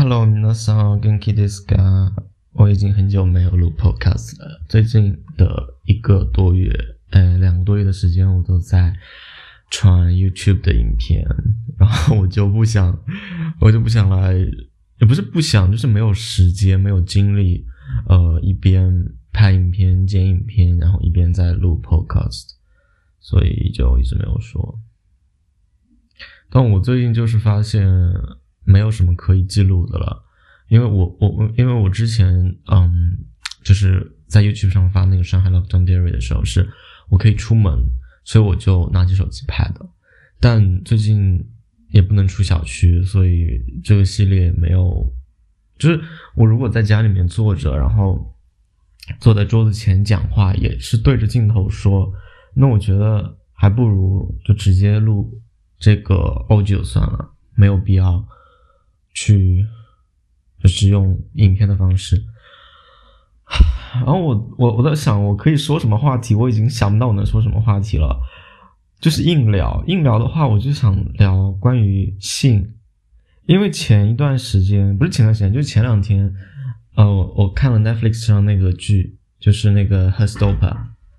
Hello， 皆さん元気ですか？我已经很久没有录 podcast 了。最近的2个多月的时间，我都在传 YouTube 的影片，然后我就不想来，也不是不想，就是没有时间，没有精力，一边拍影片、剪影片，然后一边在录 podcast， 所以就一直没有说。但我最近就是发现没有什么可以记录的了，因为我之前就是在 YouTube 上发那个上海 Lockdown Diary 的时候，是我可以出门，所以我就拿起手机拍的。但最近也不能出小区，所以这个系列没有，就是我如果在家里面坐着，然后坐在桌子前讲话，也是对着镜头说，那我觉得还不如就直接录这个 audio 算了，没有必要去就是用影片的方式。然后我在想我可以说什么话题，我已经想不到我能说什么话题了。就是硬聊的话，我就想聊关于性，因为前段时间就是前2天，我看了 Netflix 上那个剧，就是那个 Heartstopper，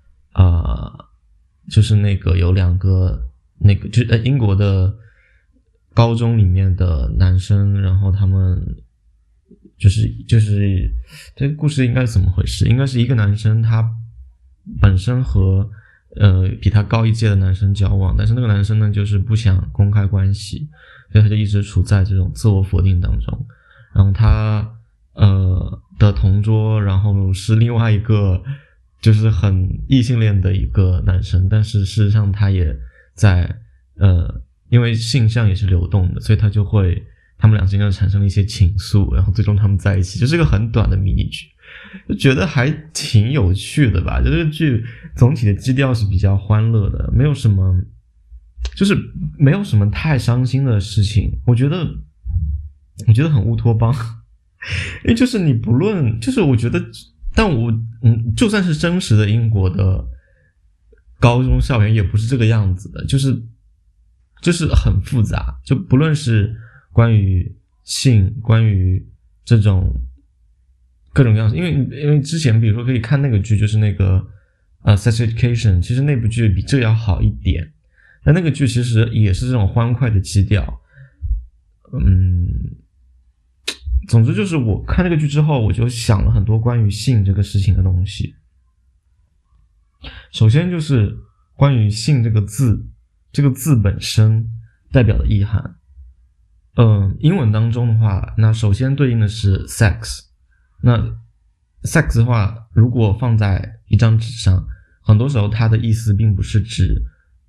就是那个有2个那个就是英国的高中里面的男生，然后他们就是这个故事应该是怎么回事？应该是一个男生他本身和比他高一届的男生交往，但是那个男生呢就是不想公开关系，所以他就一直处在这种自我否定当中。然后他的同桌，然后是另外一个就是很异性恋的一个男生，但是事实上他也在因为性向也是流动的，所以他们俩之间就产生了一些情愫，然后最终他们在一起，就是一个很短的迷你剧，就觉得还挺有趣的吧。就这个剧总体的基调是比较欢乐的，没有什么太伤心的事情，我觉得很乌托邦。因为就是你不论，就是我觉得，但就算是真实的英国的高中校园也不是这个样子的，就是很复杂，就不论是关于性，关于这种各种样子，因为之前比如说可以看那个剧，就是那个Sex Education， 其实那部剧比这个要好一点，但那个剧其实也是这种欢快的基调。总之就是我看那个剧之后，我就想了很多关于性这个事情的东西。首先就是关于性这个字本身代表的意涵。英文当中的话，那首先对应的是 sex。那 sex 的话，如果放在一张纸上，很多时候它的意思并不是指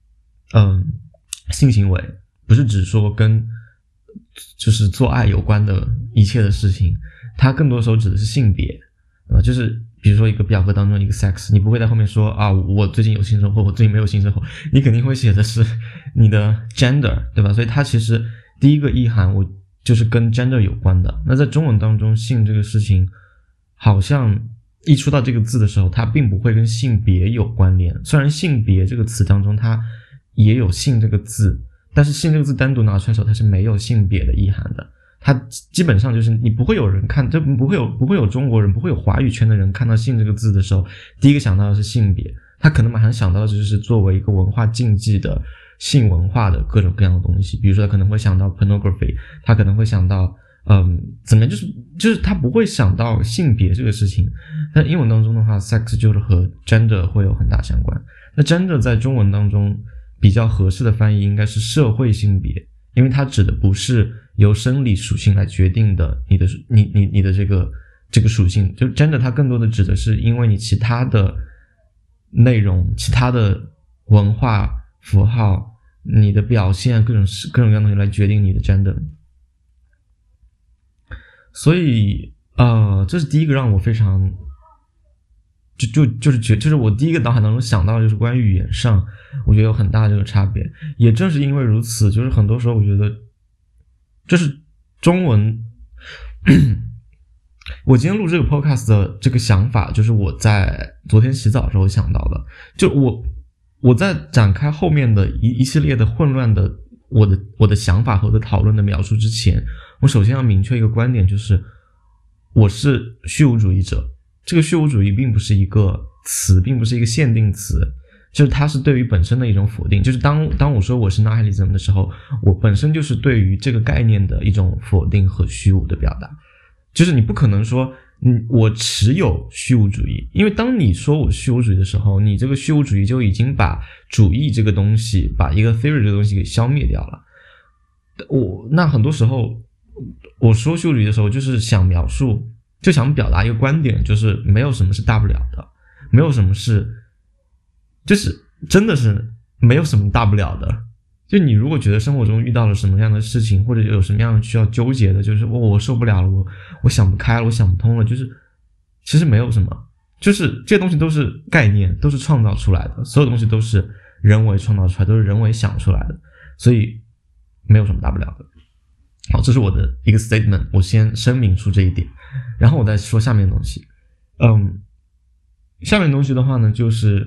性行为，不是指说跟就是做爱有关的一切的事情，它更多时候指的是性别，就是比如说一个表格当中一个 sex， 你不会在后面说我最近有性生活，我最近没有性生活，你肯定会写的是你的 gender， 对吧？所以它其实第一个意涵我就是跟 gender 有关的。那在中文当中，性这个事情好像一出到这个字的时候，它并不会跟性别有关联，虽然性别这个词当中它也有性这个字，但是性这个字单独拿出来的时候，它是没有性别的意涵的。它基本上就是你不会有人看，就不会有中国人，不会有华语圈的人看到性这个字的时候，第一个想到的是性别，他可能马上想到的就是作为一个文化禁忌的性文化的各种各样的东西，比如说他可能会想到 pornography， 他可能会想到怎么样，就是他不会想到性别这个事情。但英文当中的话 sex 就是和 gender 会有很大相关。那 gender 在中文当中比较合适的翻译应该是社会性别，因为它指的不是由生理属性来决定的你的这个属性，就 gender 它更多的指的是因为你其他的内容，其他的文化符号，你的表现各种各样的东西来决定你的 gender。 所以这是第一个让我非常就是我第一个脑海当中想到的就是关于语言上我觉得有很大的这个差别。也正是因为如此，就是很多时候我觉得就是中文我今天录这个 podcast 的这个想法，就是我在昨天洗澡的时候想到的。就我在展开后面的一系列的混乱的我的想法和我的讨论的描述之前， 我首先要明确一个观点，就是我是虚无主义者。这个虚无主义并不是一个词，并不是一个限定词，就是它是对于本身的一种否定。就是当我说我是 nihilism 的时候，我本身就是对于这个概念的一种否定和虚无的表达。就是你不可能说我持有虚无主义，因为当你说我虚无主义的时候，你这个虚无主义就已经把主义这个东西，把一个 theory 这个东西给消灭掉了。那很多时候我说虚无主义的时候，就是想描述，就想表达一个观点，就是没有什么是大不了的，没有什么是，就是真的是没有什么大不了的。就你如果觉得生活中遇到了什么样的事情，或者有什么样需要纠结的，就是我受不了了，我想不开了，我想不通了，就是其实没有什么，就是这些东西都是概念，都是创造出来的，所有东西都是人为创造出来，都是人为想出来的，所以没有什么大不了的。好，这是我的一个 statement， 我先声明出这一点，然后我再说下面的东西。下面的东西的话呢，就是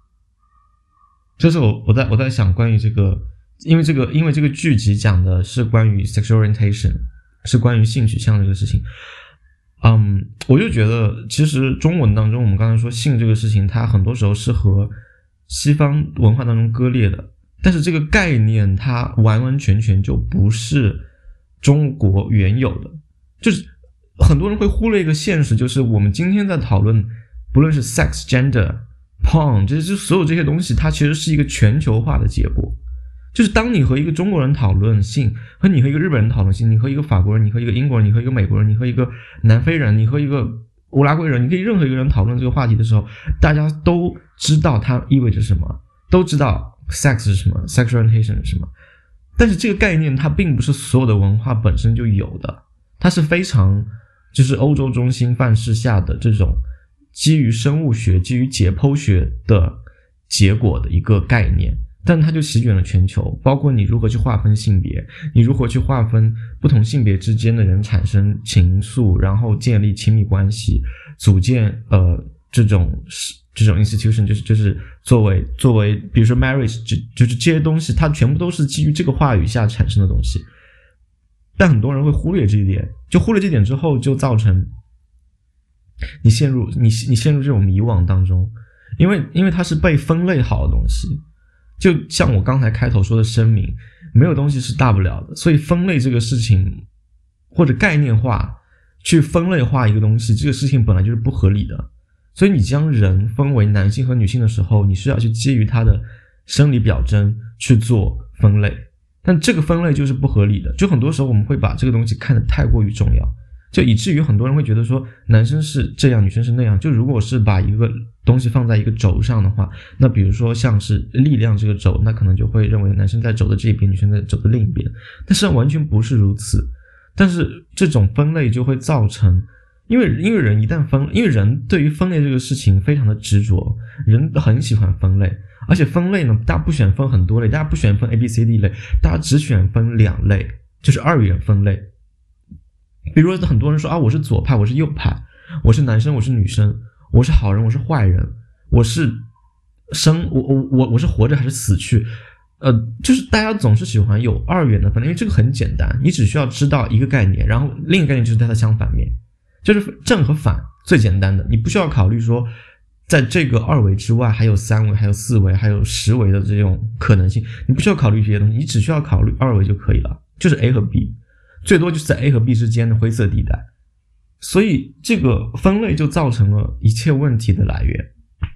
我在想关于这个，因为这个剧集讲的是关于 sexual orientation， 是关于性取向这个事情。我就觉得其实中文当中我们刚才说性这个事情，它很多时候是和西方文化当中割裂的，但是这个概念它完完全全就不是中国原有的。就是很多人会忽略一个现实，就是我们今天在讨论不论是 sex gender porn， 就是所有这些东西，它其实是一个全球化的结果。就是当你和一个中国人讨论性，和你和一个日本人讨论性，你和一个法国人，你和一个英国人，你和一个美国人，你和一个南非人，你和一个乌拉圭人，你可以任何一个人讨论这个话题的时候，大家都知道它意味着什么，都知道 sex 是什么， sexual orientation 是什么。但是这个概念它并不是所有的文化本身就有的，它是非常就是欧洲中心范式下的这种基于生物学基于解剖学的结果的一个概念，但它就席卷了全球，包括你如何去划分性别，你如何去划分不同性别之间的人产生情愫，然后建立亲密关系，组建这种 institution， 就是作为比如说 marriage， 就是这些东西它全部都是基于这个话语下产生的东西。但很多人会忽略这一点，就忽略这点之后，就造成你陷入这种迷惘当中，因为它是被分类好的东西。就像我刚才开头说的声明，没有东西是大不了的，所以分类这个事情或者概念化去分类化一个东西，这个事情本来就是不合理的。所以你将人分为男性和女性的时候，你是要去基于他的生理表征去做分类，但这个分类就是不合理的。就很多时候我们会把这个东西看得太过于重要，就以至于很多人会觉得说男生是这样，女生是那样。就如果是把一个东西放在一个轴上的话，那比如说像是力量这个轴，那可能就会认为男生在轴的这一边，女生在轴的另一边，但实际上完全不是如此。但是这种分类就会造成，因为人一旦因为人对于分类这个事情非常的执着，人很喜欢分类，而且分类呢，大家不喜欢分很多类，大家不喜欢分 ABCD 类，大家只喜欢分两类，就是二元分类。比如说很多人说我是左派，我是右派，我是男生，我是女生，我是好人，我是坏人，我是我是活着还是死去。就是大家总是喜欢有二元的分类，因为这个很简单，你只需要知道一个概念，然后另一个概念就是它的相反面，就是正和反，最简单的，你不需要考虑说在这个二维之外还有三维，还有四维，还有10维的这种可能性，你不需要考虑这些东西，你只需要考虑二维就可以了，就是 A 和 B， 最多就是在 A 和 B 之间的灰色地带。所以这个分类就造成了一切问题的来源。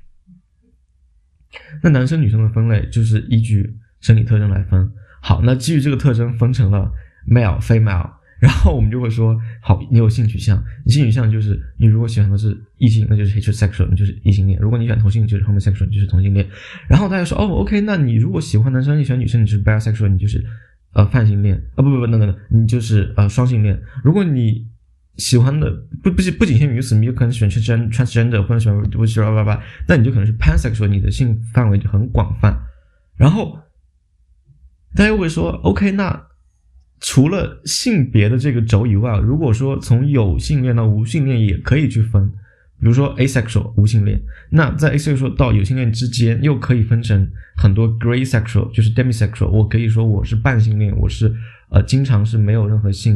那男生女生的分类就是依据生理特征来分，好，那基于这个特征分成了 male female， 然后我们就会说，好，你有性取向，你性取向就是你如果喜欢的是异性，那就是 heterosexual， 你就是异性恋，如果你喜欢同性就是 homosexual， 你就是同性恋。然后大家说OK， 那你如果喜欢男生，你喜欢女生，你就是 bisexual， 你就是泛性恋，不，你就是双性恋。如果你喜欢的不仅限于此，你有可能喜欢 transgender 或者喜欢那你就可能是 pansexual， 你的性范围就很广泛。然后大家又会说 OK， 那除了性别的这个轴以外，如果说从有性恋到无性恋也可以去分，比如说 asexual 无性恋，那在 asexual 到有性恋之间又可以分成很多 gray sexual， 就是 demisexual， 我可以说我是半性恋，我是经常是没有任何性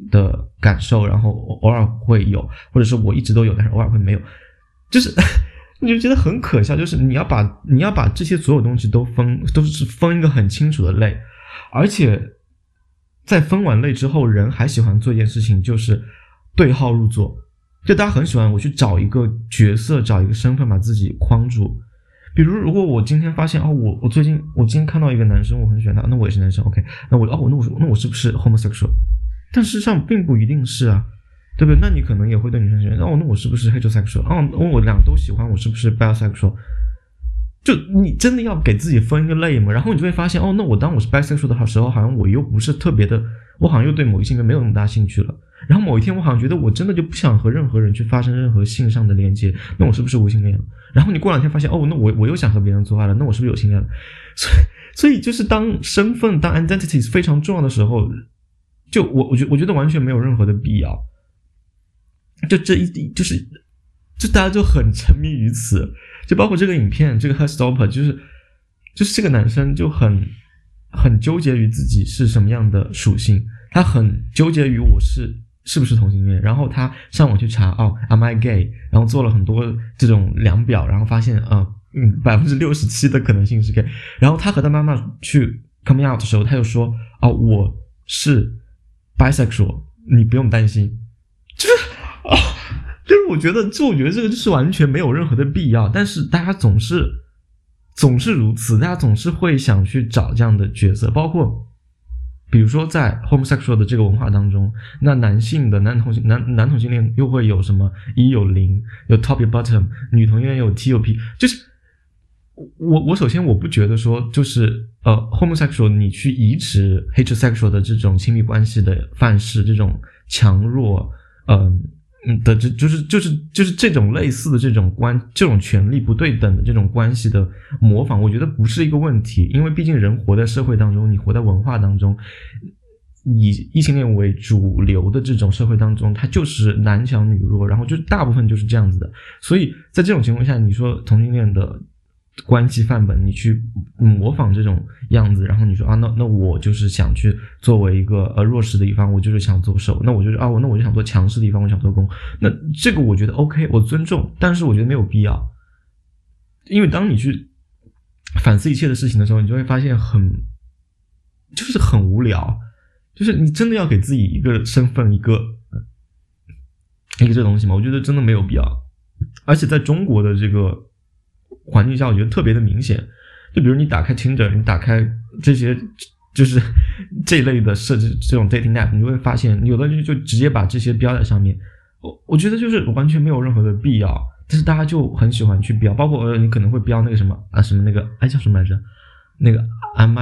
的感受，然后偶尔会有，或者是我一直都有，但是偶尔会没有，就是你就觉得很可笑，就是你要把这些所有东西都是分一个很清楚的类，而且在分完类之后，人还喜欢做一件事情，就是对号入座。就大家很喜欢我去找一个角色，找一个身份把自己框住。比如如果我今天发现我今天看到一个男生，我很喜欢他，那我也是男生 OK， 那我是不是 homosexual？ 但事实上并不一定是啊，对不对？那你可能也会对女生觉得那我是不是 heterosexual？ 我两个都喜欢，我是不是 bisexual？ 就你真的要给自己分一个类嘛，然后你就会发现那我当我是 bisexual 的时候，好像我又不是特别的，我好像又对某一性别没有那么大兴趣了。然后某一天我好像觉得我真的就不想和任何人去发生任何性上的连接，那我是不是无性恋了？然后你过两天发现那我又想和别人做爱了，那我是不是有性恋了？所以就是当身份当 identity 非常重要的时候，就我觉得完全没有任何的必要。就大家就很沉迷于此，就包括这个影片这个 Heartstopper， 就是这个男生就很纠结于自己是什么样的属性，他很纠结于我是不是同性恋，然后他上网去查am I gay， 然后做了很多这种量表，然后发现67% 的可能性是 gay， 然后他和他妈妈去 coming out 的时候，他又说我是 bisexual， 你不用担心，就是我觉得这个就是完全没有任何的必要，但是大家总是如此，大家总是会想去找这样的角色，包括比如说在 homosexual 的这个文化当中，那男同性恋又会有什么一有零，有 top 有 bottom， 女同性恋有 T 有 P， 就是我首先我不觉得说就是homosexual 你去移植 heterosexual 的这种亲密关系的范式，这种强弱就是这种类似的这种权利不对等的这种关系的模仿，我觉得不是一个问题，因为毕竟人活在社会当中，你活在文化当中，以异性恋为主流的这种社会当中，它就是男强女弱，然后就大部分就是这样子的，所以在这种情况下，你说同性恋的关系范本，你去模仿这种样子，然后你说那我就是想去作为一个弱势的一方，我就是想做受，那我就是那我就想做强势的一方，我想做攻，那这个我觉得 OK， 我尊重，但是我觉得没有必要，因为当你去反思一切的事情的时候，你就会发现很无聊，就是你真的要给自己一个身份，一个这东西吗？我觉得真的没有必要，而且在中国的这个环境下，我觉得特别的明显。就比如你打开 Tinder， 你打开这些就是这一类的设置这种 dating app， 你就会发现有的人就直接把这些标在上面。我觉得就是完全没有任何的必要，但是大家就很喜欢去标，包括你可能会标那个什么那个叫什么来着？那个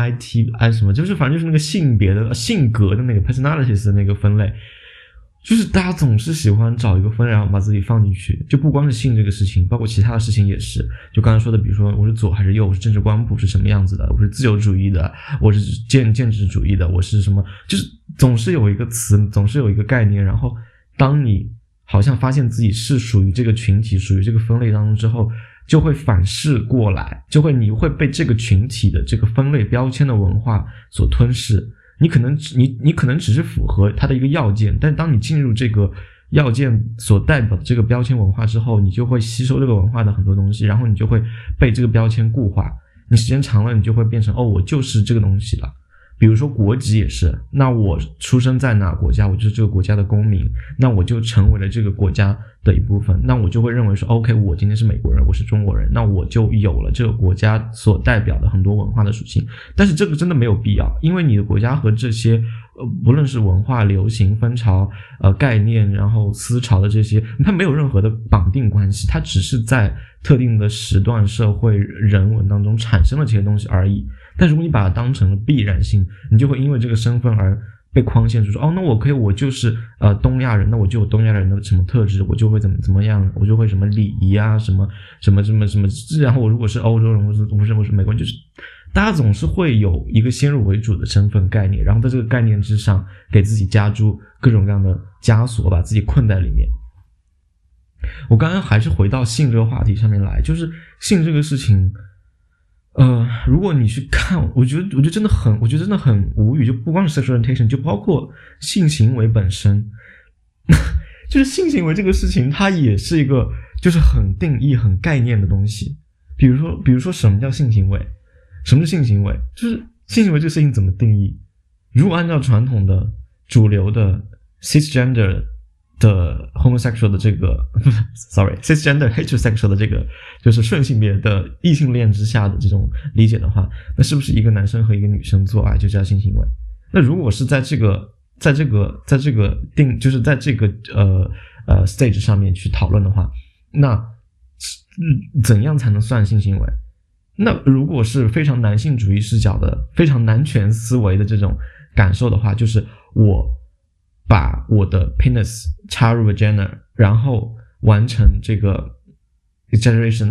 MIT 什么，就是反正就是那个性格的那个 personalities 的那个分类。就是大家总是喜欢找一个分类，然后把自己放进去，就不光是性这个事情，包括其他的事情也是。就刚才说的，比如说我是左还是右，我是政治光谱是什么样子的，我是自由主义的，我是建制主义的，我是什么，就是总是有一个词，总是有一个概念，然后当你好像发现自己是属于这个群体，属于这个分类当中之后，就会反噬过来，你会被这个群体的这个分类标签的文化所吞噬。你可能只是符合它的一个要件，但当你进入这个要件所代表的这个标签文化之后，你就会吸收这个文化的很多东西，然后你就会被这个标签固化，你时间长了你就会变成我就是这个东西了。比如说国籍也是，那我出生在哪国家，我就是这个国家的公民，那我就成为了这个国家的一部分，那我就会认为说 OK， 我今天是美国人，我是中国人，那我就有了这个国家所代表的很多文化的属性。但是这个真的没有必要，因为你的国家和这些不论是文化流行风潮概念，然后思潮的这些，它没有任何的绑定关系，它只是在特定的时段社会人文当中产生了这些东西而已。但如果你把它当成了必然性，你就会因为这个身份而被框限住，说那我就是东亚人，那我就有东亚人的什么特质，我就会怎么样，我就会什么礼仪啊，什么，然后我如果是欧洲人，我是美国人，就是大家总是会有一个先入为主的身份概念，然后在这个概念之上给自己加诸各种各样的枷锁，把自己困在里面。我刚刚还是回到性这个话题上面来，就是性这个事情如果你去看，我觉得真的很无语，就不光是 sexual orientation， 就包括性行为本身，就是性行为这个事情，它也是一个就是很定义、很概念的东西。比如说什么叫性行为？什么是性行为？就是性行为这个事情怎么定义？如果按照传统的主流的 cisgender 的 homosexual 的这个cisgender heterosexual 的这个就是顺性别的异性恋之下的这种理解的话，那是不是一个男生和一个女生做爱就叫性行为？那如果是在这个就是在这个stage 上面去讨论的话，那怎样才能算性行为？那如果是非常男性主义视角的、非常男权思维的这种感受的话，就是我把我的 penis 插入 vagina， 然后完成这个 ejaculation，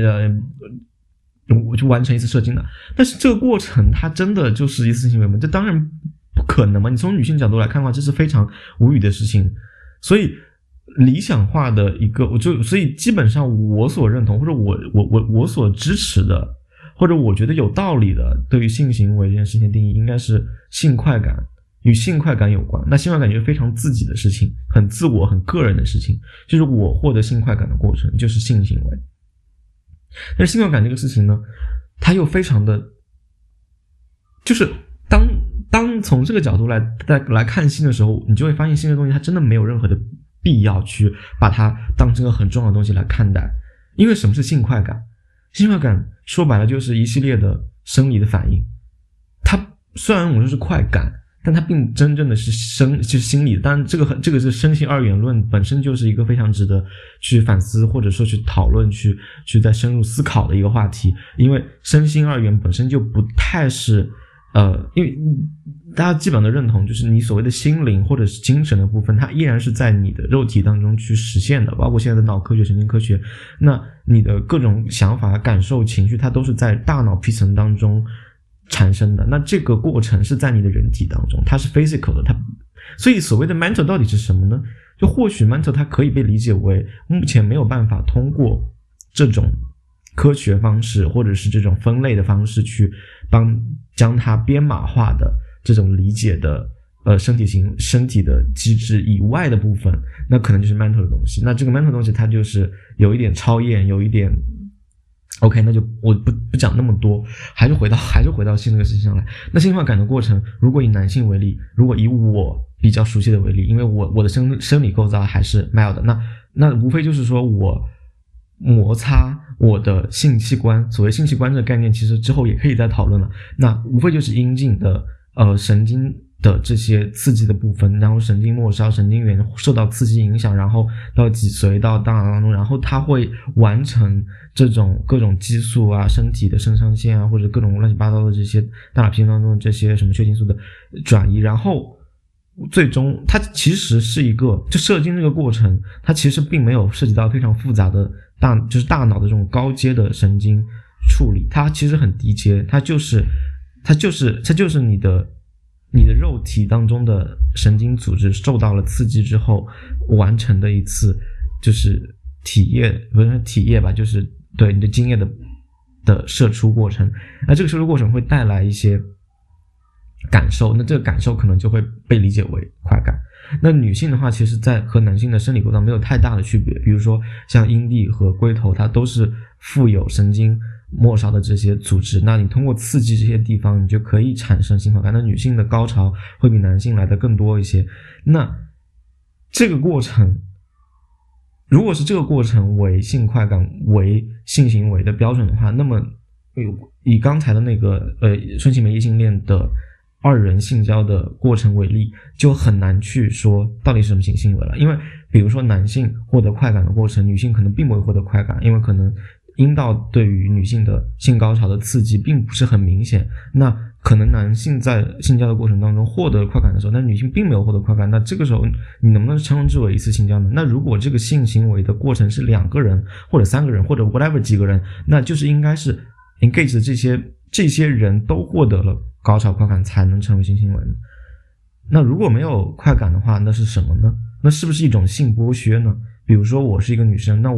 我就完成一次射精了。但是这个过程它真的就是一次性行为吗？这当然不可能嘛！你从女性角度来看的话，这是非常无语的事情。所以理想化的一个，所以基本上我所认同或者我所支持的，或者我觉得有道理的，对于性行为这件事情的定义，应该是性快感，与性快感有关。那性快感就是非常自己的事情，很自我、很个人的事情，就是我获得性快感的过程就是性行为。但是性快感这个事情呢，它又非常的，就是当从这个角度来看性的时候，你就会发现性的东西它真的没有任何的必要去把它当成一个很重要的东西来看待。因为什么是性快感？性快感说白了就是一系列的生理的反应，它虽然我们说是快感，但它并真正的是就是心理的。当然这个是身心二元论本身就是一个非常值得去反思或者说去讨论去再深入思考的一个话题。因为身心二元本身就不太是因为大家基本的认同就是你所谓的心灵或者是精神的部分，它依然是在你的肉体当中去实现的，包括现在的脑科学、神经科学，那你的各种想法、感受、情绪，它都是在大脑皮层当中产生的。那这个过程是在你的人体当中，它是 physical 的，所以所谓的 mental 到底是什么呢？就或许 mental 它可以被理解为目前没有办法通过这种科学方式或者是这种分类的方式去将它编码化的这种理解的身体的机制以外的部分，那可能就是 mental 的东西。那这个 mental 的东西它就是有一点超验，有一点 OK， 那就我不讲那么多，还是回到性这个事情上来。那性快感的过程，如果以男性为例，如果以我比较熟悉的为例，因为我的生理构造还是 male 的，那无非就是说我摩擦我的性器官，所谓性器官这个概念其实之后也可以再讨论了。那无非就是阴茎的神经的这些刺激的部分，然后神经末梢、神经元受到刺激影响，然后到脊髓到大脑当中，然后它会完成这种各种激素啊、身体的肾上腺啊，或者各种乱七八糟的这些大脑皮层当中的这些什么血清素的转移，然后最终它其实是一个就射精这个过程，它其实并没有涉及到非常复杂的就是大脑的这种高阶的神经处理，它其实很低阶，它就是你的肉体当中的神经组织受到了刺激之后完成的一次就是不是体液吧，就是对你的精液的射出过程。那这个射出过程会带来一些感受，那这个感受可能就会被理解为快感。那女性的话，其实在和男性的生理构造没有太大的区别，比如说像阴蒂和龟头，它都是富有神经末梢的这些组织，那你通过刺激这些地方，你就可以产生性快感。那女性的高潮会比男性来的更多一些。那这个过程，如果是这个过程为性快感为性行为的标准的话，那么以刚才的那个顺性别异性恋的二人性交的过程为例，就很难去说到底是什么性行为了。因为比如说男性获得快感的过程，女性可能并不会获得快感，因为可能阴道对于女性的性高潮的刺激并不是很明显，那可能男性在性交的过程当中获得快感的时候，但女性并没有获得快感，那这个时候你能不能称之为一次性交呢？那如果这个性行为的过程是2个人或者3个人或者 whatever 几个人，那就是应该是 engage 的这些人都获得了高潮快感才能成为性行为呢？那如果没有快感的话，那是什么呢？那是不是一种性剥削呢？比如说我是一个女生，那我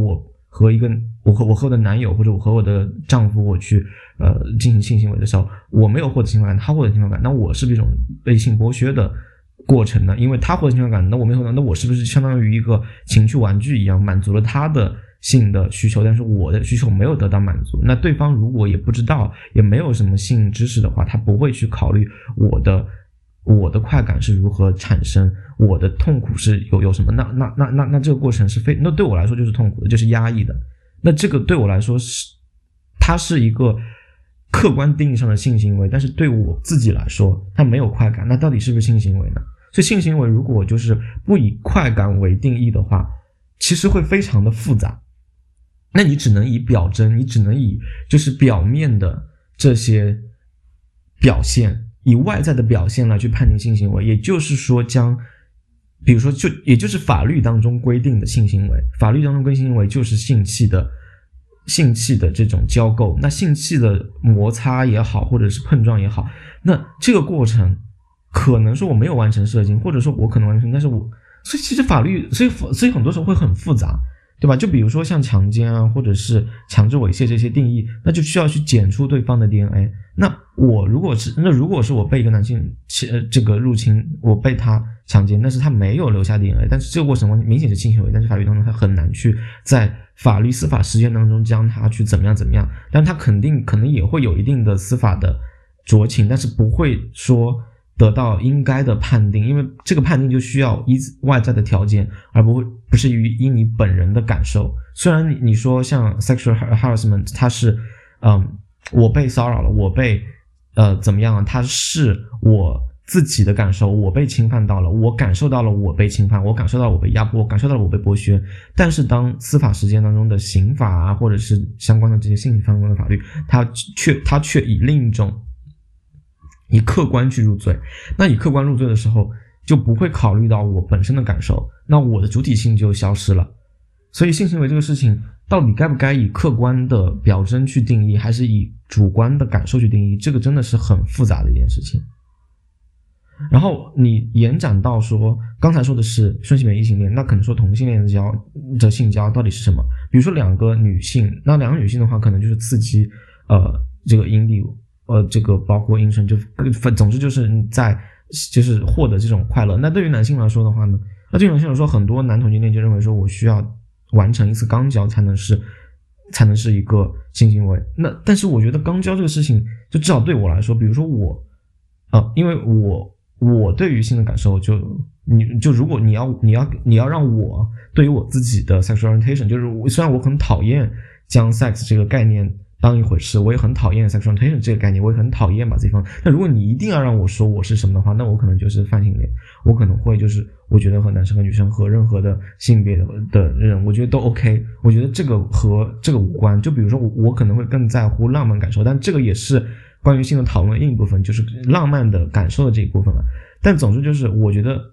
和我和我的男友或者我和我的丈夫我去进行性行为的时候，我没有获得兴奋感，他获得兴奋感，那我是不是一种被性剥削的过程呢？因为他获得兴奋感，那我没有获得，那我是不是相当于一个情趣玩具一样，满足了他的性的需求，但是我的需求没有得到满足？那对方如果也不知道，也没有什么性知识的话，他不会去考虑我的快感是如何产生，我的痛苦是有什么？那这个过程是那对我来说就是痛苦的，就是压抑的。那这个对我来说它是一个客观定义上的性行为，但是对我自己来说，它没有快感，那到底是不是性行为呢？所以性行为如果就是不以快感为定义的话，其实会非常的复杂。那你只能以表征，你只能以就是表面的这些表现，以外在的表现来去判定性行为，也就是说比如说也就是法律当中规定的性行为，法律当中规定性行为就是性器的这种交媾，那性器的摩擦也好，或者是碰撞也好，那这个过程可能说我没有完成射精，或者说我可能完成，但是所以其实法律所以很多时候会很复杂，对吧？就比如说像强奸啊，或者是强制猥亵这些定义，那就需要去检出对方的 DNA。那如果是我被一个男性这个入侵，我被他强奸，但是他没有留下 DNA， 但是这个过程明显是性行为，但是法律当中他很难去在法律司法实践当中将他去怎么样，但他可能也会有一定的司法的酌情，但是不会说得到应该的判定，因为这个判定就需要依外在的条件，而不是依你本人的感受。虽然你说像 sexual harassment 它是我被骚扰了，我被怎么样了，它是我自己的感受，我被侵犯到了，我感受到了我被侵犯，我感受到了我被压迫，我感受到了我被剥削。但是当司法实践当中的刑法啊，或者是相关的这些性相关的法律，它却以另一种以客观去入罪，那以客观入罪的时候就不会考虑到我本身的感受，那我的主体性就消失了。所以性行为这个事情到底该不该以客观的表征去定义，还是以主观的感受去定义，这个真的是很复杂的一件事情。然后你延展到说刚才说的是顺性别异性恋，那可能说同性恋的性交到底是什么？比如说两个女性，那两个女性的话可能就是刺激这个阴蒂这个包括阴唇，就总之就是就是获得这种快乐。那对于男性来说的话呢，那对于男性来说，很多男同性恋就认为说我需要完成一次肛交才能是一个性行为。那但是我觉得肛交这个事情，就至少对我来说，比如说因为我对于性的感受，就如果你要让我对于我自己的 sexual orientation， 就是虽然我很讨厌将 sex 这个概念当一回事，我也很讨厌 sexual orientation 这个概念，我也很讨厌把自己放。那如果你一定要让我说我是什么的话，那我可能就是泛性恋，我可能会就是我觉得和男生和女生和任何的性别的人，我觉得都 OK。我觉得这个和这个无关。就比如说我可能会更在乎浪漫感受，但这个也是关于性的讨论另一部分，就是浪漫的感受的这一部分了。但总之就是我觉得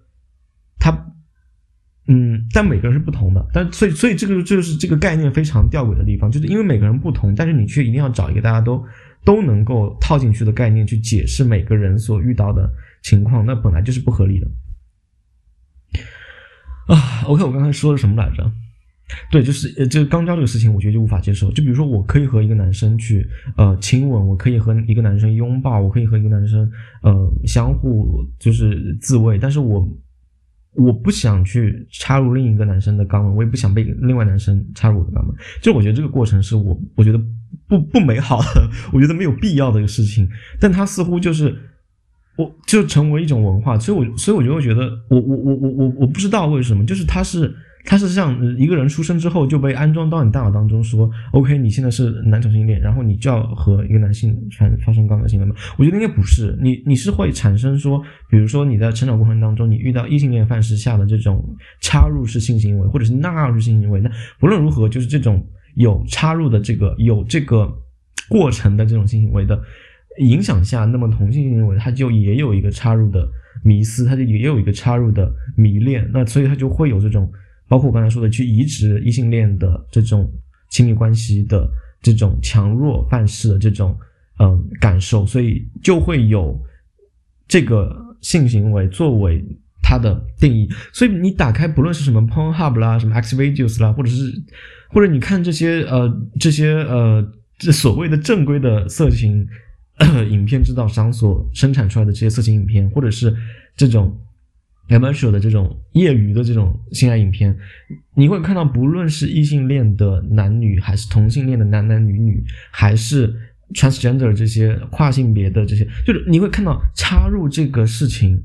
但每个人是不同的，所以这个就是这个概念非常吊诡的地方，就是因为每个人不同，但是你却一定要找一个大家都能够套进去的概念去解释每个人所遇到的情况，那本来就是不合理的。OK， 我刚才说的什么来着？对，就是这个肛交这个事情，我觉得就无法接受。就比如说，我可以和一个男生去亲吻，我可以和一个男生拥抱，我可以和一个男生相互就是自慰，但是我不想去插入另一个男生的肛门，我也不想被另外男生插入我的肛门。就我觉得这个过程是我觉得不美好的，我觉得没有必要的一个事情，但它似乎就是就成为一种文化，所以我就会觉得我不知道为什么，就是它是像一个人出生之后就被安装到你大脑当中说 OK 你现在是男同性恋，然后你就要和一个男性发生肛交行为吗？我觉得应该不是，你是会产生说，比如说你在成长过程当中你遇到异性恋范式下的这种插入式性行为或者是纳入式性行为，那不论如何就是这种有插入的有这个过程的这种性行为的影响下，那么同性行为它就也有一个插入的迷思，它就也有一个插入的迷恋，那所以它就会有这种包括我刚才说的去移植异性恋的这种亲密关系的这种强弱范式的这种感受，所以就会有这个性行为作为它的定义。所以你打开不论是什么 Pornhub 啦，什么 Xvideos 啦，或者你看这些这所谓的正规的色情影片制造商所生产出来的这些色情影片，或者是这种 amateur 的这种业余的这种性爱影片，你会看到不论是异性恋的男女，还是同性恋的男男女女，还是 transgender 这些跨性别的这些，就是你会看到插入这个事情，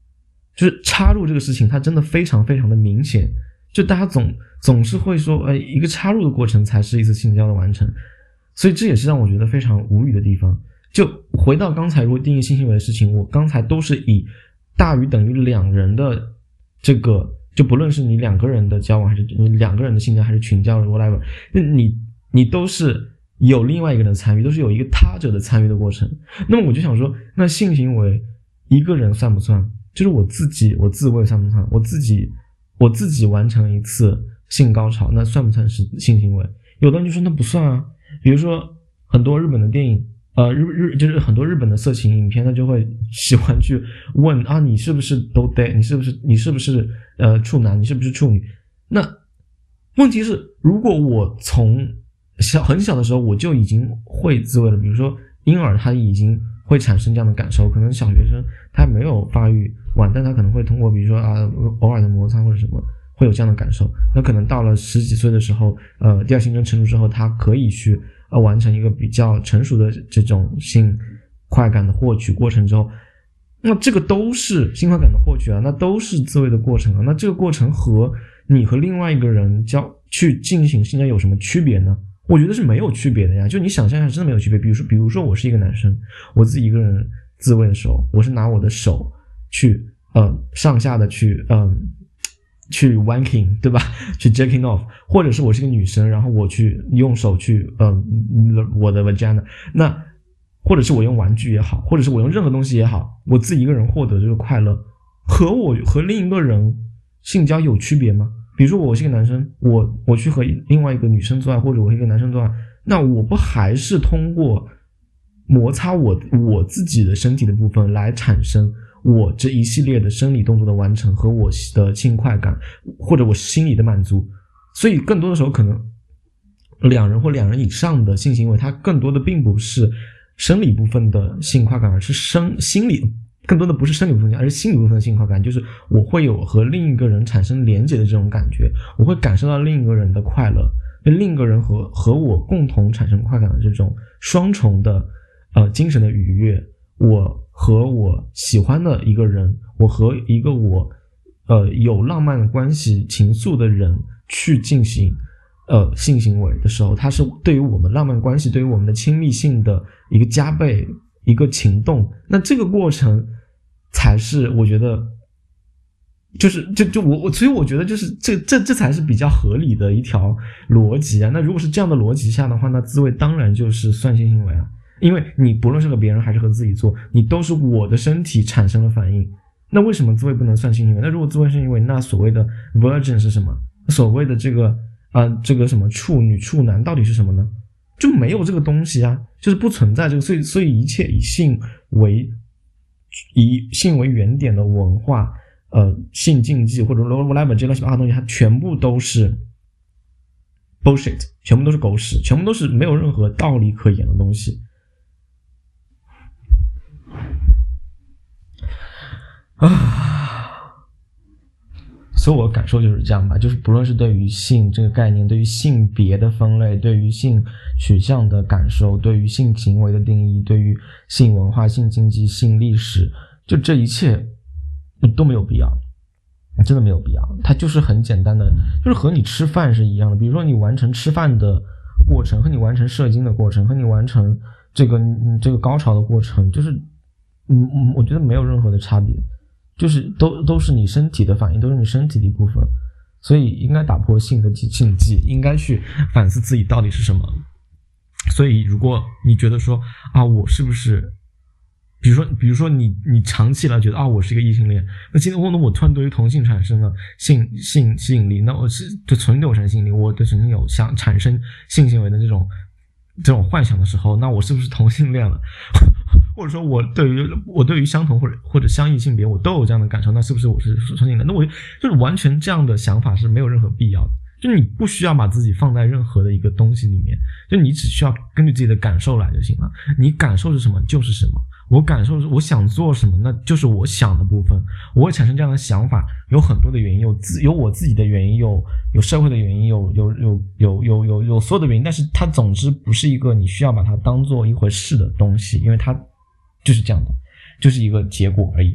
它真的非常非常的明显，就大家总是会说一个插入的过程才是一次性交的完成，所以这也是让我觉得非常无语的地方。就回到刚才如果定义性行为的事情，我刚才都是以大于等于两人的这个，就不论是你两个人的交往，还是你两个人的性交，还是群交 whatever， 你都是有另外一个人的参与，都是有一个他者的参与的过程。那么我就想说，那性行为一个人算不算？就是我自慰算不算？我自己完成一次性高潮，那算不算是性行为？有的人就说那不算啊。比如说很多日本的电影，就是很多日本的色情影片，他就会喜欢去问啊，你是不是都 date？ 你是不是处男？你是不是处女？那问题是，如果我从很小的时候我就已经会自慰了，比如说婴儿他已经会产生这样的感受，可能小学生他没有发育完，但他可能会通过比如说偶尔的摩擦或者什么会有这样的感受。那可能到了10几岁的时候，第二性征成熟之后，他可以去完成一个比较成熟的这种性快感的获取过程之后，那这个都是性快感的获取啊，那都是自慰的过程啊。那这个过程和你和另外一个人去进行性交有什么区别呢？我觉得是没有区别的呀，就你想象一下，真的没有区别。比如说我是一个男生，我自己一个人自慰的时候，我是拿我的手去上下的去wanking， 对吧？去 jacking off， 或者是我是一个女生，然后我去用手去我的 vagina， 那或者是我用玩具也好，或者是我用任何东西也好，我自己一个人获得这个快乐，和我和另一个人性交有区别吗？比如说我是一个男生，我去和另外一个女生做爱，或者我和一个男生做爱，那我不还是通过摩擦我自己的身体的部分来产生我这一系列的生理动作的完成和我的性快感，或者我心理的满足。所以更多的时候可能两人或两人以上的性行为，它更多的并不是生理部分的性快感，而是心理，更多的不是生理部分，而是心理部分的性快感，就是我会有和另一个人产生连结的这种感觉，我会感受到另一个人的快乐，另一个人和我共同产生快感的这种双重的精神的愉悦。我和我喜欢的一个人，我和一个我有浪漫的关系情愫的人去进行性行为的时候，它是对于我们浪漫关系，对于我们的亲密性的一个加倍，一个情动。那这个过程才是我觉得所以我觉得就是这才是比较合理的一条逻辑啊。那如果是这样的逻辑下的话，那自慰当然就是算性行为啊。因为你不论是和别人还是和自己做，你都是我的身体产生了反应。那为什么自慰不能算性行为？那如果自慰是行为，那所谓的 virgin 是什么？所谓的这个什么处女处男到底是什么呢？就没有这个东西啊，就是不存在这个。所以一切以性为原点的文化，性禁忌或者 whatever 这乱七八糟的东西，它全部都是 bullshit， 全部都是狗屎，全部都是没有任何道理可言的东西。所以我的感受就是这样吧，就是不论是对于性这个概念，对于性别的分类，对于性取向的感受，对于性行为的定义，对于性文化、性经济、性历史，就这一切都没有必要，真的没有必要。它就是很简单的，就是和你吃饭是一样的。比如说你完成吃饭的过程，和你完成射精的过程，和你完成这个高潮的过程，就是我觉得没有任何的差别，就是都是你身体的反应，都是你身体的一部分。所以应该打破性的禁忌，应该去反思自己到底是什么。所以如果你觉得说我是不是比如说你长期来觉得我是一个异性恋，那今天我突然对于同性产生了性吸引力，那我是就曾经对我产生吸引力，我对曾经有想产生性行为的这种幻想的时候，那我是不是同性恋了？ 或者说我对于相同或者相异性别我都有这样的感受，那是不是我是双性恋？那我就是完全这样的想法是没有任何必要的。就你不需要把自己放在任何的一个东西里面，就你只需要根据自己的感受来就行了。你感受是什么就是什么，我感受是我想做什么，那就是我想的部分。我会产生这样的想法，有很多的原因，有我自己的原因，有社会的原因，有所有的原因，但是它总之不是一个你需要把它当做一回事的东西，因为它就是这样的，就是一个结果而已。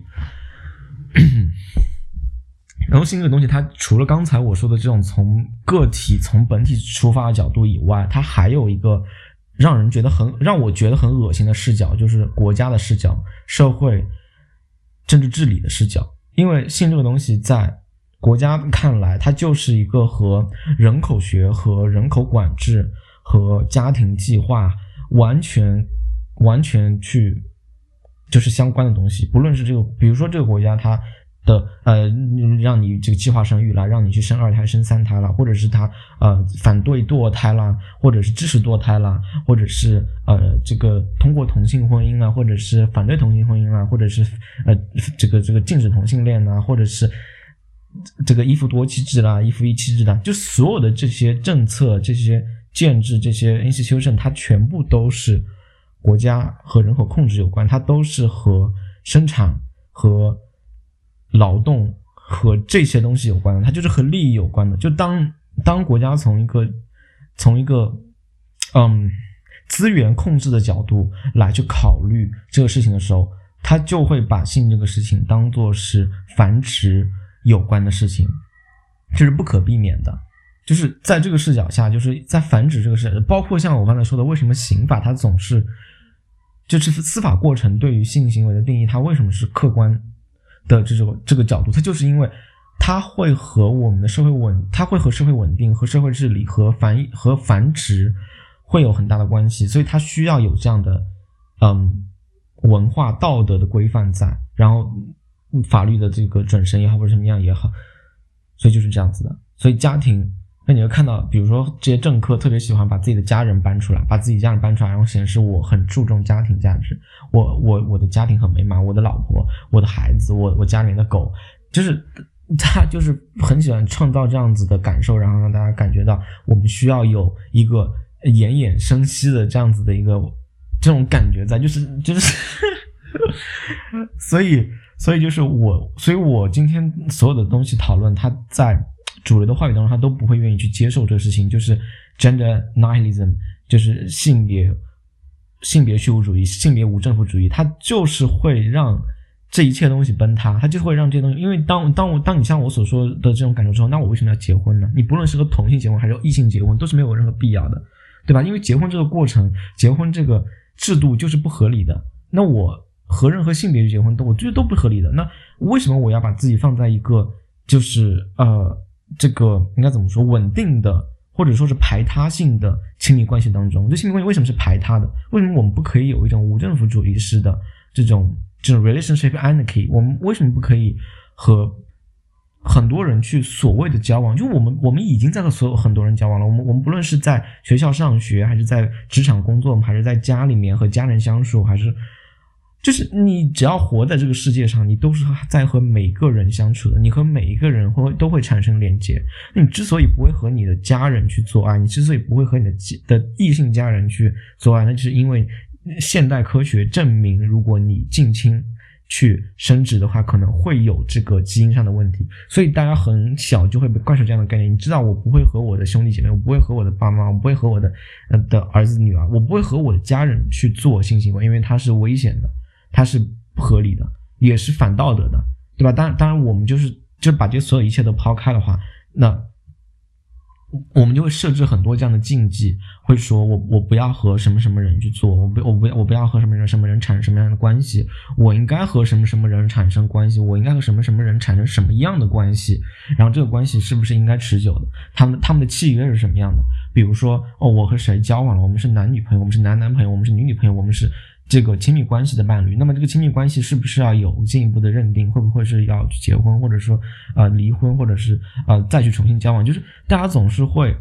然后性这个东西，它除了刚才我说的这种从个体从本体出发的角度以外，它还有一个让我觉得很恶心的视角，就是国家的视角，社会政治治理的视角。因为性这个东西在国家看来，它就是一个和人口学和人口管制和家庭计划完全去就是相关的东西。不论是这个，比如说这个国家它的让你这个计划生育啦，让你去生2胎生3胎啦，或者是他反对堕胎啦，或者是支持堕胎啦，或者是这个通过同性婚姻啦，或者是反对同性婚姻啦，或者是这个禁止同性恋啦，或者是这个一夫多妻制啦，一夫一妻制啦，就所有的这些政策、这些建制、这些 institution， 它全部都是国家和人口控制有关，它都是和生产和劳动和这些东西有关的，它就是和利益有关的。就当国家从一个资源控制的角度来去考虑这个事情的时候，它就会把性这个事情当作是繁殖有关的事情，这是不可避免的。就是在这个视角下，就是在繁殖这个事，包括像我刚才说的，为什么刑法它总是就是司法过程对于性行为的定义，它为什么是客观的这个角度，它就是因为它会和我们的它会和社会稳定和社会治理和繁殖会有很大的关系，所以它需要有这样的文化道德的规范在，然后法律的这个准绳也好或者什么样也好，所以就是这样子的。所以家庭，那你会看到比如说这些政客特别喜欢把自己的家人搬出来，然后显示我很注重家庭价值，我的家庭很美满，我的老婆，我的孩子，我家里面的狗，就是他就是很喜欢创造这样子的感受，然后让大家感觉到我们需要有一个奄奄生息的这样子的一个这种感觉在，就是所以就是我今天所有的东西讨论，它在主流的话语当中他都不会愿意去接受这个事情，就是 gender nihilism， 就是性别虚无主义，性别无政府主义，它就是会让这一切东西崩塌，它就会让这些东西，因为当你像我所说的这种感受之后，那我为什么要结婚呢？你不论是和同性结婚还是异性结婚，都是没有任何必要的，对吧？因为结婚这个过程，结婚这个制度就是不合理的，那我和任何性别去结婚我觉得都不合理的，那为什么我要把自己放在一个就是这个应该怎么说稳定的或者说是排他性的亲密关系当中？这亲密关系为什么是排他的？为什么我们不可以有一种无政府主义式的这种 relationship anarchy？ 我们为什么不可以和很多人去所谓的交往？就我们已经在和很多人交往了，我们不论是在学校上学，还是在职场工作，还是在家里面和家人相处，还是就是你只要活在这个世界上，你都是在和每个人相处的，你和每一个人都会产生连接。你之所以不会和你的家人去做爱，你之所以不会和你的异性家人去做爱，那就是因为现代科学证明，如果你近亲去生殖的话，可能会有这个基因上的问题。所以大家很小就会被灌输这样的概念，你知道我不会和我的兄弟姐妹，我不会和我的爸妈，我不会和我的儿子女儿，我不会和我的家人去做性行为，因为它是危险的，它是不合理的，也是反道德的，对吧？当然我们就把这所有一切都抛开的话，那我们就会设置很多这样的禁忌，会说我不要和什么什么人去做，我不要和什么人产生什么样的关系，我应该和什么什么人产生关系，我应该和什么什么人产生什么样的关系，然后这个关系是不是应该持久的，他们的契约是什么样的？比如说我和谁交往了，我们是男女朋友，我们是男朋友，我们是女朋友，我们是这个亲密关系的伴侣，那么这个亲密关系是不是要有进一步的认定，会不会是要去结婚，或者说离婚，或者是再去重新交往？就是大家总是会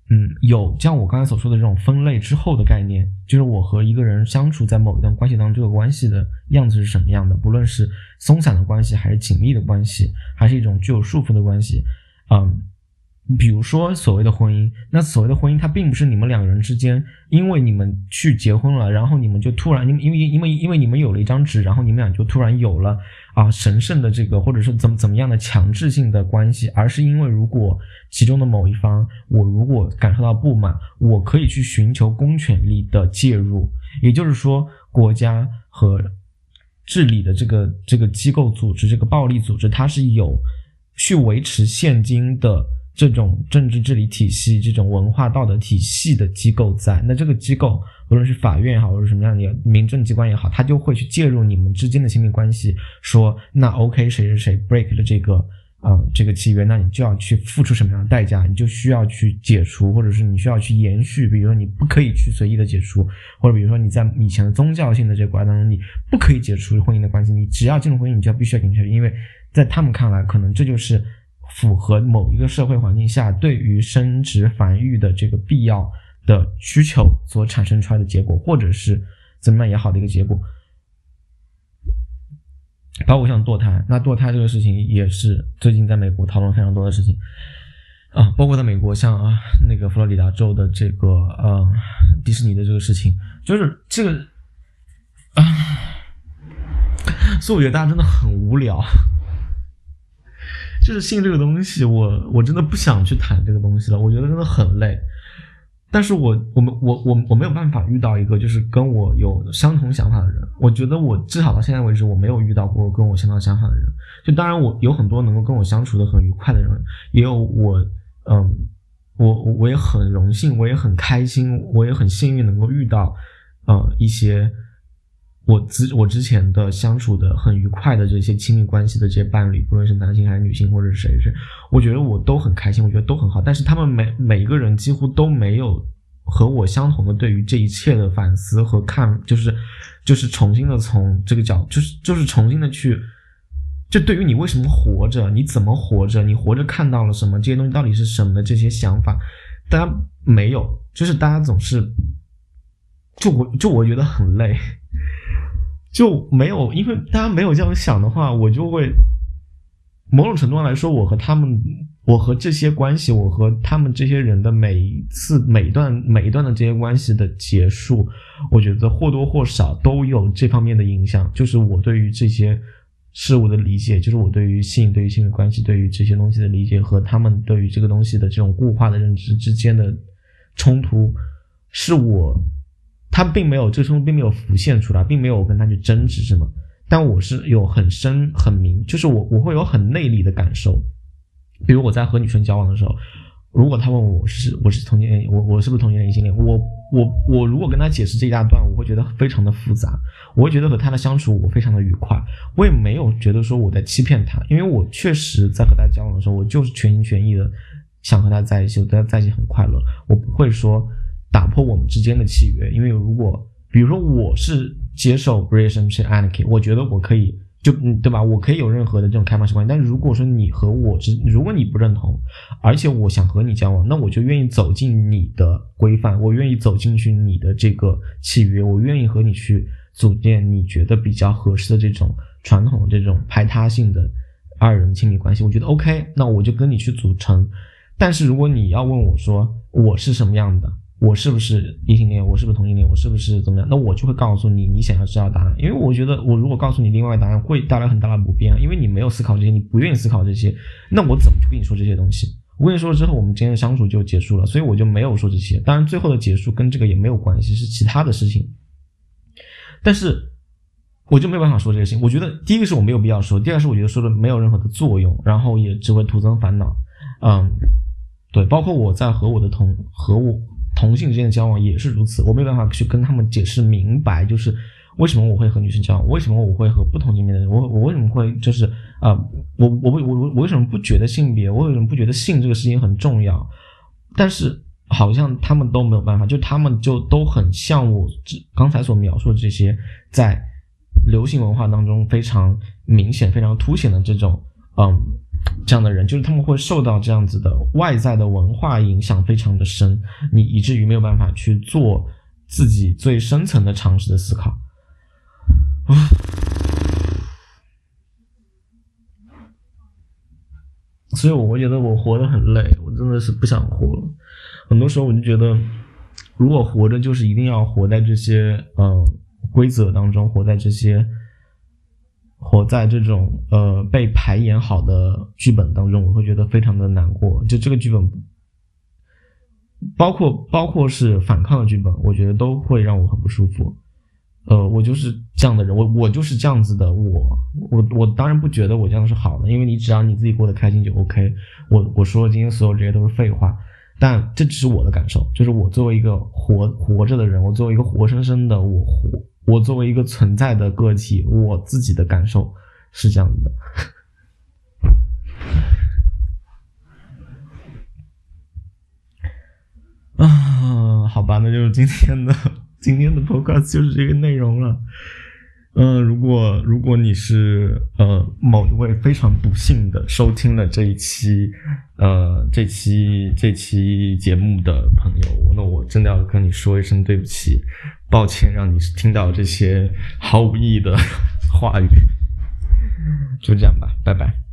有像我刚才所说的这种分类之后的概念，就是我和一个人相处在某一段关系当中，这个关系的样子是什么样的，不论是松散的关系还是紧密的关系，还是一种具有束缚的关系。比如说所谓的婚姻，那所谓的婚姻它并不是你们两个人之间因为你们去结婚了，然后你们就突然因为你们有了一张纸，然后你们俩就突然有了神圣的这个或者是怎么样的强制性的关系，而是因为如果其中的某一方我如果感受到不满，我可以去寻求公权力的介入，也就是说国家和治理的这个机构组织，这个暴力组织，它是有去维持现今的这种政治治理体系，这种文化道德体系的机构在，那这个机构无论是法院也好，或者什么样的民政机关也好，他就会去介入你们之间的亲密关系，说那 OK 谁是谁 break 了这个契约，那你就要去付出什么样的代价，你就需要去解除，或者是你需要去延续，比如说你不可以去随意的解除，或者比如说你在以前的宗教性的这个关系当中你不可以解除婚姻的关系，你只要进入婚姻你就必须要进去，因为在他们看来可能这就是符合某一个社会环境下对于生殖繁育的这个必要的需求所产生出来的结果，或者是怎么样也好的一个结果。包括像堕胎，那堕胎这个事情也是最近在美国讨论非常多的事情包括在美国像那个佛罗里达州的这个迪士尼的这个事情，就是这个所以我觉得大家真的很无聊，就是性这个东西我真的不想去谈这个东西了，我觉得真的很累。但是我没有办法遇到一个就是跟我有相同想法的人，我觉得我至少到现在为止我没有遇到过跟我相同想法的人。就当然我有很多能够跟我相处的很愉快的人，也有我也很荣幸，我也很开心，我也很幸运能够遇到一些我之前的相处的很愉快的这些亲密关系的这些伴侣，不论是男性还是女性或者是谁，我觉得我都很开心，我觉得都很好，但是他们每一个人几乎都没有和我相同的对于这一切的反思和看，就是重新的从这个角，就是重新的去，就对于你为什么活着，你怎么活着，你活着看到了什么，这些东西到底是什么的这些想法，大家没有，就是大家总是我觉得很累。就没有，因为大家没有这样想的话，我就会某种程度上来说，我和这些关系，我和他们这些人的每一段的这些关系的结束，我觉得或多或少都有这方面的影响，就是我对于这些事物的理解，就是我对于性的关系，对于这些东西的理解和他们对于这个东西的这种固化的认知之间的冲突，是他并没有这个冲突并没有浮现出来，并没有跟他去争执什么，但我是有很深很明，就是我会有很内里的感受。比如我在和女生交往的时候，如果他问我我是同性恋，我是不是同性恋异性恋，我如果跟他解释这一大段，我会觉得非常的复杂，我会觉得和他的相处我非常的愉快，我也没有觉得说我在欺骗他，因为我确实在和他交往的时候，我就是全心全意的想和他在一起，我跟他在一起很快乐，我不会说打破我们之间的契约。因为如果比如说我是接受 relationship anarchy， 我觉得我可以对吧，我可以有任何的这种开放式关系，但是如果说你和我如果你不认同，而且我想和你交往，那我就愿意走进你的规范，我愿意走进去你的这个契约，我愿意和你去组建你觉得比较合适的这种传统的这种排他性的二人亲密关系，我觉得 OK， 那我就跟你去组成。但是如果你要问我说我是什么样的，我是不是异性恋，我是不是同性恋，我是不是怎么样，那我就会告诉你你想要知道答案。因为我觉得我如果告诉你另外的答案会带来很大的不便，因为你没有思考这些，你不愿意思考这些，那我怎么去跟你说这些东西，我跟你说了之后我们之间的相处就结束了，所以我就没有说这些。当然最后的结束跟这个也没有关系，是其他的事情，但是我就没有办法说这些事情。我觉得第一个是我没有必要说，第二是我觉得说的没有任何的作用，然后也只会徒增烦恼。对，包括我在和我同性之间的交往也是如此，我没有办法去跟他们解释明白，就是为什么我会和女生交往，为什么我会和不同性别的人，我为什么会就是我为什么不觉得性别，我为什么不觉得性这个事情很重要，但是好像他们都没有办法，就他们就都很像我刚才所描述的这些在流行文化当中非常明显非常凸显的这种这样的人，就是他们会受到这样子的外在的文化影响非常的深，你以至于没有办法去做自己最深层的常识的思考。所以我会觉得我活得很累，我真的是不想活了。很多时候我就觉得，如果活着就是一定要活在这些规则当中，活在这种被排演好的剧本当中，我会觉得非常的难过。就这个剧本，包括是反抗的剧本，我觉得都会让我很不舒服。我就是这样的人，我就是这样子的，我当然不觉得我这样是好的，因为你只要你自己过得开心就 OK。我说今天所有这些都是废话，但这只是我的感受，就是我作为一个活着的人，我作为一个活生生的我作为一个存在的个体，我自己的感受是这样子的。好吧，那就是今天的 podcast 就是这个内容了。如果你是某一位非常不幸的收听了这期节目的朋友，那我真的要跟你说一声对不起，抱歉让你听到这些毫无意义的话语。就这样吧，拜拜。